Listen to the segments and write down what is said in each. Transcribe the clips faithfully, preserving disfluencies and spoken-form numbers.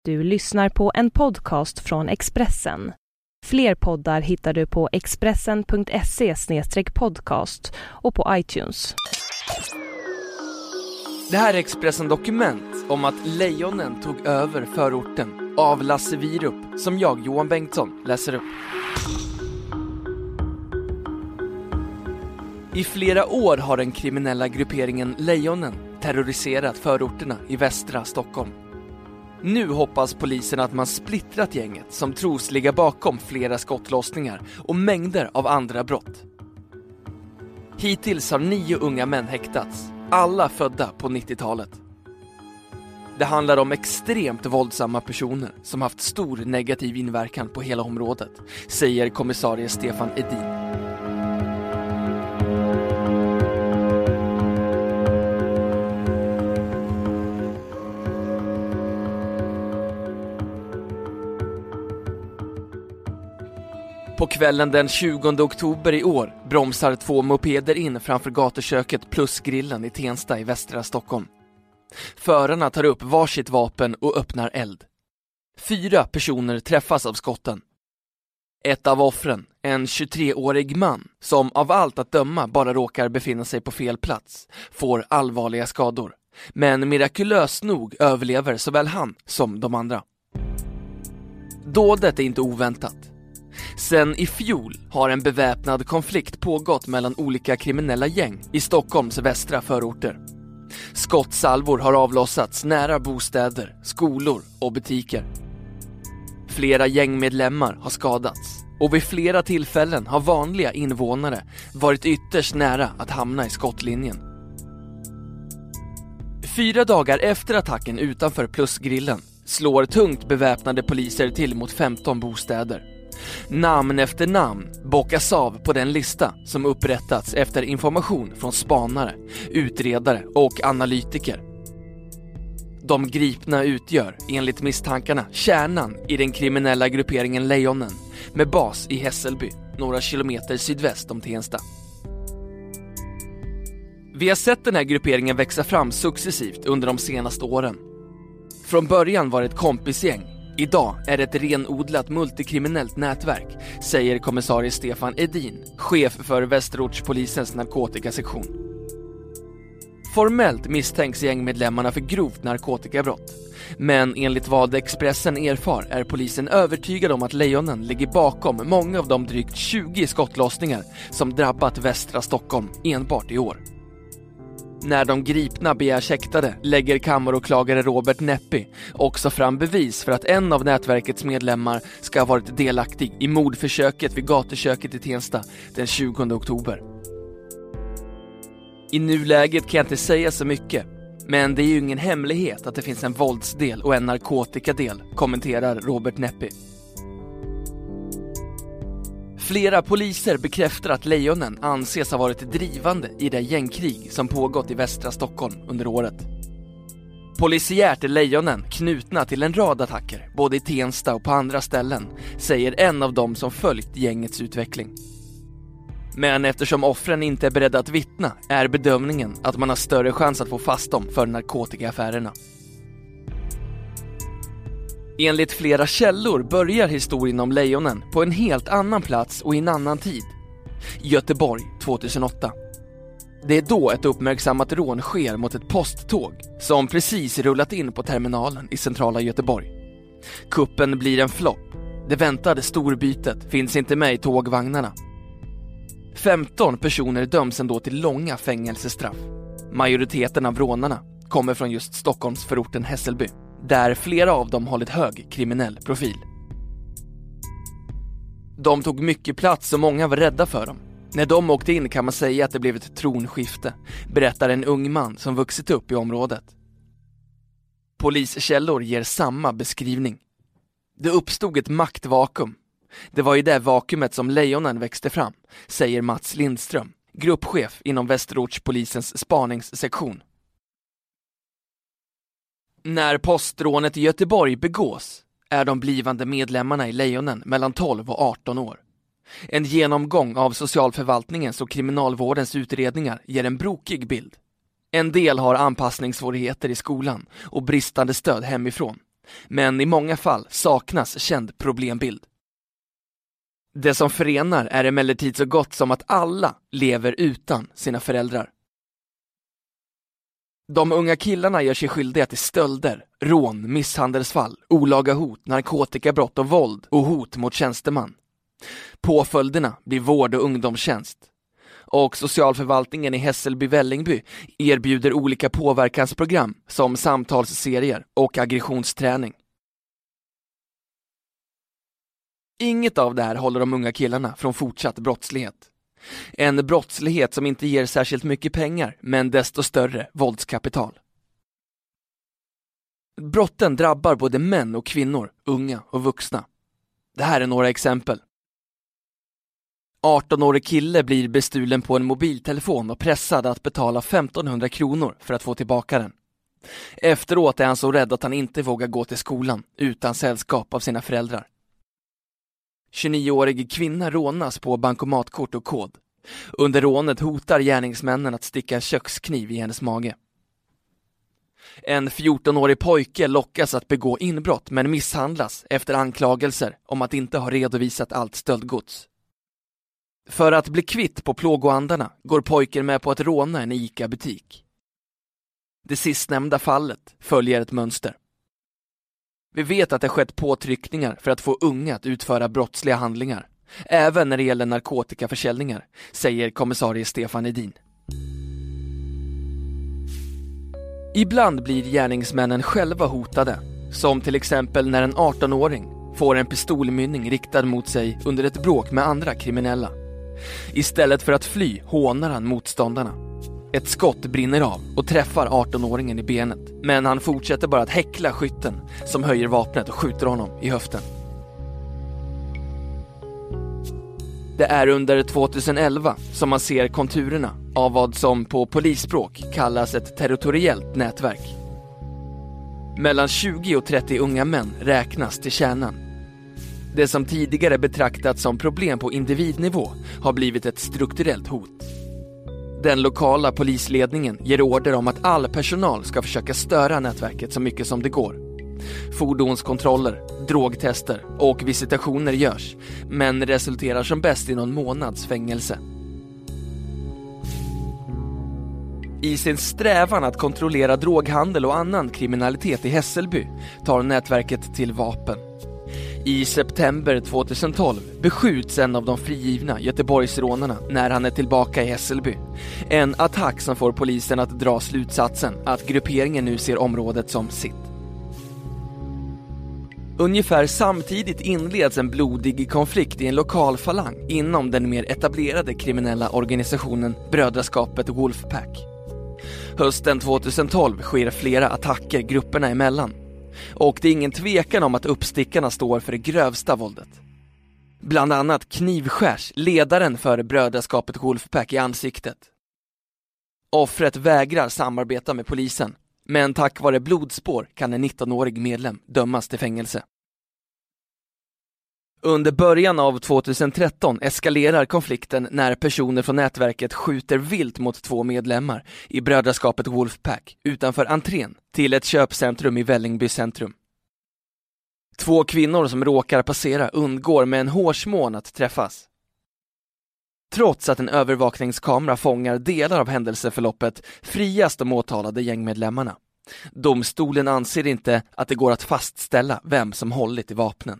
Du lyssnar på en podcast från Expressen. Fler poddar hittar du på expressen punkt se slash podcast och på iTunes. Det här är Expressen Dokument om att lejonen tog över förorten av Lasse Virup, som jag, Johan Bengtsson, läser upp. I flera år har den kriminella grupperingen Lejonen terroriserat förorterna i västra Stockholm. Nu hoppas polisen att man splittrat gänget som tros ligga bakom flera skottlossningar och mängder av andra brott. Hittills har nio unga män häktats, alla födda på nittiotalet. Det handlar om extremt våldsamma personer som haft stor negativ inverkan på hela området, säger kommissarie Stefan Edin. På kvällen den tjugonde oktober i år bromsar två mopeder in framför gatuköket plus grillen i Tensta i västra Stockholm. Förarna tar upp varsitt vapen och öppnar eld. Fyra personer träffas av skotten. Ett av offren, en tjugotre-årig man som av allt att döma bara råkar befinna sig på fel plats, får allvarliga skador. Men mirakulöst nog överlever såväl han som de andra. Dådet är inte oväntat. Sen i fjol har en beväpnad konflikt pågått mellan olika kriminella gäng i Stockholms västra förorter. Skottsalvor har avlossats nära bostäder, skolor och butiker. Flera gängmedlemmar har skadats och vid flera tillfällen har vanliga invånare varit ytterst nära att hamna i skottlinjen. Fyra dagar efter attacken utanför Plusgrillen slår tungt beväpnade poliser till mot femton bostäder. Namn efter namn bockas av på den lista som upprättats efter information från spanare, utredare och analytiker. De gripna utgör, enligt misstankarna, kärnan i den kriminella grupperingen Lejonen med bas i Hässelby, några kilometer sydväst om Tensta. Vi har sett den här grupperingen växa fram successivt under de senaste åren. Från början var det ett kompisgäng. Idag är det ett renodlat multikriminellt nätverk, säger kommissarie Stefan Edin, chef för Västerortspolisens narkotikasektion. Formellt misstänks gängmedlemmarna för grovt narkotikabrott. Men enligt vad Expressen erfar är polisen övertygad om att Lejonen ligger bakom många av de drygt tjugo skottlossningar som drabbat västra Stockholm enbart i år. När de gripna begärs häktade lägger kammaråklagare Robert Neppi också fram bevis för att en av nätverkets medlemmar ska ha varit delaktig i mordförsöket vid gatuköket i Tensta den tjugonde oktober. I nuläget kan jag inte säga så mycket, men det är ju ingen hemlighet att det finns en våldsdel och en narkotikadel, kommenterar Robert Neppi. Flera poliser bekräftar att Lejonen anses ha varit drivande i det gängkrig som pågått i västra Stockholm under året. Polisiärt är Lejonen knutna till en rad attacker, både i Tensta och på andra ställen, säger en av dem som följt gängets utveckling. Men eftersom offren inte är beredda att vittna är bedömningen att man har större chans att få fast dem för narkotikaaffärerna. Enligt flera källor börjar historien om Lejonen på en helt annan plats och i en annan tid. Göteborg tjugohundraåtta. Det är då ett uppmärksammat rån sker mot ett posttåg som precis rullat in på terminalen i centrala Göteborg. Kuppen blir en flopp. Det väntade storbytet finns inte med i tågvagnarna. femton personer döms ändå till långa fängelsestraff. Majoriteten av rånarna kommer från just Stockholms förorten Hässelby, där flera av dem hållit hög kriminell profil. De tog mycket plats och många var rädda för dem. När de åkte in kan man säga att det blev ett tronskifte, berättar en ung man som vuxit upp i området. Poliskällor ger samma beskrivning. Det uppstod ett maktvakuum. Det var i det vakuumet som Lejonen växte fram, säger Mats Lindström, gruppchef inom Västerortspolisens spaningssektion. När postrånet i Göteborg begås är de blivande medlemmarna i Lejonen mellan tolv och arton år. En genomgång av socialförvaltningens och kriminalvårdens utredningar ger en brokig bild. En del har anpassningssvårigheter i skolan och bristande stöd hemifrån. Men i många fall saknas känd problembild. Det som förenar är emellertid så gott som att alla lever utan sina föräldrar. De unga killarna gör sig skyldiga till stölder, rån, misshandelsfall, olaga hot, narkotikabrott och våld och hot mot tjänsteman. Påföljderna blir vård och ungdomstjänst. Och socialförvaltningen i Hässelby-Vällingby erbjuder olika påverkansprogram som samtalsserier och aggressionsträning. Inget av det här håller de unga killarna från fortsatt brottslighet. En brottslighet som inte ger särskilt mycket pengar, men desto större våldskapital. Brotten drabbar både män och kvinnor, unga och vuxna. Det här är några exempel. arton-årig kille blir bestulen på en mobiltelefon och pressad att betala femtonhundra kronor för att få tillbaka den. Efteråt är han så rädd att han inte vågar gå till skolan utan sällskap av sina föräldrar. tjugonioårig kvinna rånas på bankomatkort och kod. Under rånet hotar gärningsmännen att sticka kökskniv i hennes mage. En fjortonårig pojke lockas att begå inbrott men misshandlas efter anklagelser om att inte ha redovisat allt stöldgods. För att bli kvitt på plågoandarna går pojken med på att råna en ICA-butik. Det sistnämnda fallet följer ett mönster. Vi vet att det skett påtryckningar för att få unga att utföra brottsliga handlingar, även när det gäller narkotikaförsäljningar, säger kommissarie Stefan Edin. Ibland blir gärningsmännen själva hotade, som till exempel när en arton-åring får en pistolmynning riktad mot sig under ett bråk med andra kriminella. Istället för att fly hånar han motståndarna. Ett skott brinner av och träffar arton-åringen i benet, men han fortsätter bara att häckla skytten som höjer vapnet och skjuter honom i höften. Det är under tjugoelva som man ser konturerna av vad som på polisspråk kallas ett territoriellt nätverk. Mellan tjugo och trettio unga män räknas till kärnan. Det som tidigare betraktats som problem på individnivå har blivit ett strukturellt hot. Den lokala polisledningen ger order om att all personal ska försöka störa nätverket så mycket som det går. Fordonskontroller, drogtester och visitationer görs, men resulterar som bäst i någon månads fängelse. I sin strävan att kontrollera droghandel och annan kriminalitet i Hässelby tar nätverket till vapen. I september tjugotolv beskjuts en av de frigivna Göteborgsrånarna när han är tillbaka i Hässelby. En attack som får polisen att dra slutsatsen att grupperingen nu ser området som sitt. Ungefär samtidigt inleds en blodig konflikt i en lokal falang inom den mer etablerade kriminella organisationen Brödraskapet Wolfpack. Hösten tjugotolv sker flera attacker grupperna emellan. Och det är ingen tvekan om att uppstickarna står för det grövsta våldet. Bland annat knivskärs ledaren för Brödraskapet Wolfpack i ansiktet. Offret vägrar samarbeta med polisen, men tack vare blodspår kan en nittonårig medlem dömas till fängelse. Under början av tjugotretton eskalerar konflikten när personer från nätverket skjuter vilt mot två medlemmar i Brödraskapet Wolfpack utanför entrén till ett köpcentrum i Vällingby centrum. Två kvinnor som råkar passera undgår med en hårsmån att träffas. Trots att en övervakningskamera fångar delar av händelseförloppet frias de åtalade gängmedlemmarna. Domstolen anser inte att det går att fastställa vem som hållit i vapnen.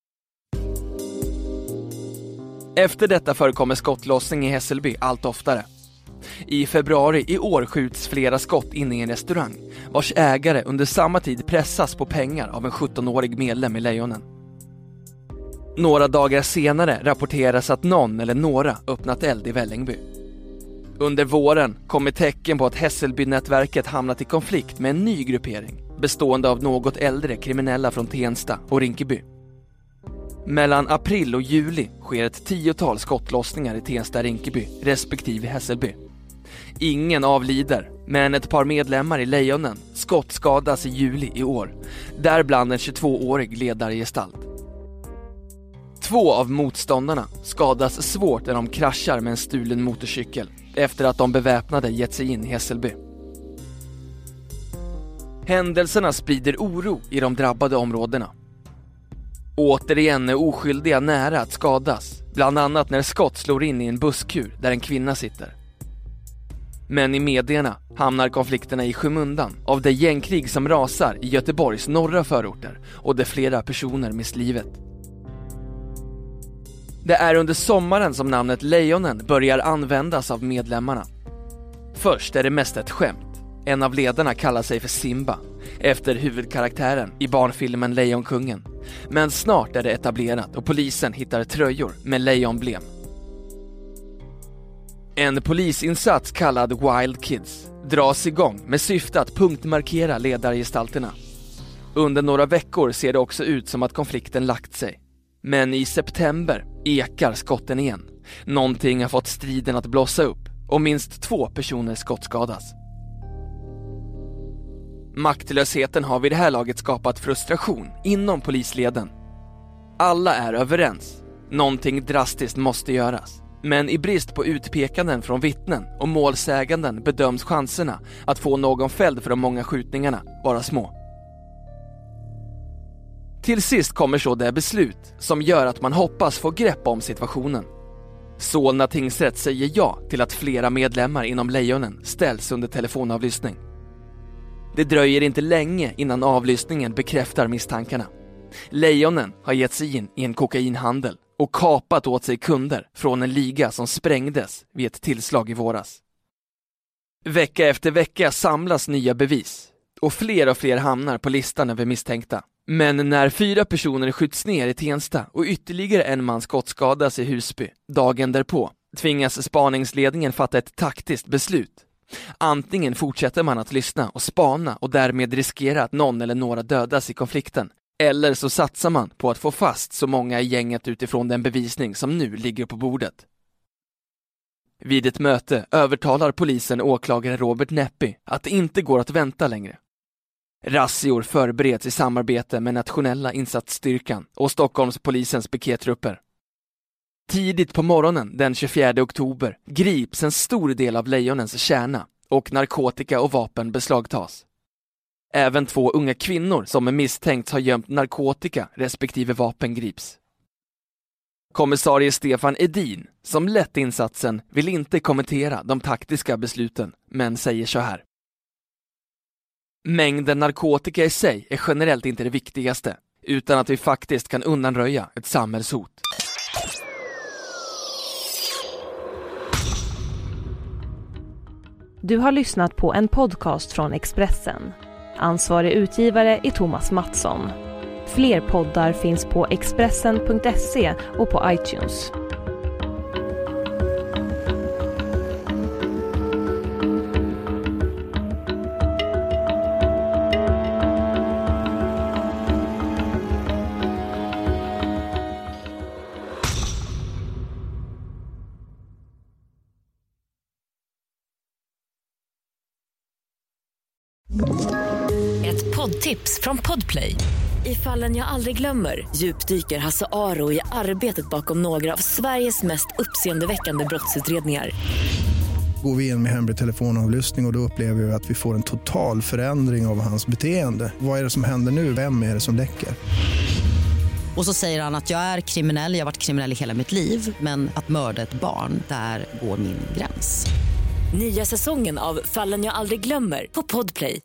Efter detta förekommer skottlossning i Hässelby allt oftare. I februari i år skjuts flera skott in i en restaurang, vars ägare under samma tid pressas på pengar av en sjuttonårig medlem i Lejonen. Några dagar senare rapporteras att någon eller några öppnat eld i Vällingby. Under våren kommer tecken på att Hässelby-nätverket hamnat i konflikt med en ny gruppering, bestående av något äldre kriminella från Tensta och Rinkeby. Mellan april och juli sker ett tiotal skottlossningar i Tensta-Rinkeby respektive Hässelby. Ingen avlider, men ett par medlemmar i Lejonen skottskadas i juli i år, däribland en tjugotvåårig ledargestalt. Två av motståndarna skadas svårt när de kraschar med en stulen motorcykel efter att de beväpnade gett sig in i Hässelby. Händelserna sprider oro i de drabbade områdena. Återigen är oskyldiga nära att skadas, bland annat när skott slår in i en busskur där en kvinna sitter. Men i medierna hamnar konflikterna i skymundan av det gängkrig som rasar i Göteborgs norra förorter och där flera personer mist livet. Det är under sommaren som namnet Lejonen börjar användas av medlemmarna. Först är det mest ett skämt. En av ledarna kallar sig för Simba, efter huvudkaraktären i barnfilmen Lejonkungen. Men snart är det etablerat och polisen hittar tröjor med lejonblem. En polisinsats kallad Wild Kids dras igång med syfte att punktmarkera ledargestalterna. Under några veckor ser det också ut som att konflikten lagt sig. Men i september ekar skotten igen. Någonting har fått striden att blossa upp och minst två personer skottskadas. Maktlösheten har vid det här laget skapat frustration inom polisleden. Alla är överens. Någonting drastiskt måste göras. Men i brist på utpekanden från vittnen och målsäganden bedöms chanserna att få någon fälld för de många skjutningarna vara små. Till sist kommer så det beslut som gör att man hoppas få grepp om situationen. Solna tingsrätt säger ja till att flera medlemmar inom Lejonen ställs under telefonavlyssning. Det dröjer inte länge innan avlyssningen bekräftar misstankarna. Lejonen har gett sig in i en kokainhandel och kapat åt sig kunder från en liga som sprängdes vid ett tillslag i våras. Vecka efter vecka samlas nya bevis och fler och fler hamnar på listan över misstänkta. Men när fyra personer skjuts ner i Tensta och ytterligare en man skottskadas i Husby dagen därpå tvingas spaningsledningen fatta ett taktiskt beslut. Antingen fortsätter man att lyssna och spana och därmed riskera att någon eller några dödas i konflikten. Eller så satsar man på att få fast så många i gänget utifrån den bevisning som nu ligger på bordet. Vid ett möte övertalar polisen åklagare Robert Näppi att det inte går att vänta längre. Razzior förbereds i samarbete med nationella insatsstyrkan och Stockholmspolisens pikettrupper. Tidigt på morgonen den tjugofjärde oktober grips en stor del av Lejonens kärna och narkotika och vapen beslagtas. Även två unga kvinnor som är misstänkt har gömt narkotika respektive vapen grips. Kommissarie Stefan Edin, som lett insatsen, vill inte kommentera de taktiska besluten, men säger så här. Mängden narkotika i sig är generellt inte det viktigaste, utan att vi faktiskt kan undanröja ett samhällshot. Du har lyssnat på en podcast från Expressen. Ansvarig utgivare är Thomas Mattsson. Fler poddar finns på expressen punkt se och på iTunes. Ett poddtips från Podplay. I Fallen jag aldrig glömmer djupdyker Hasse Aro i arbetet bakom några av Sveriges mest uppseendeväckande brottsutredningar. Går vi in med hemlig telefonavlyssning och, och då upplever vi att vi får en total förändring av hans beteende. Vad är det som händer nu? Vem är det som läcker? Och så säger han att jag är kriminell, jag har varit kriminell i hela mitt liv. Men att mörda ett barn, där går min gräns. Nya säsongen av Fallen jag aldrig glömmer på Podplay.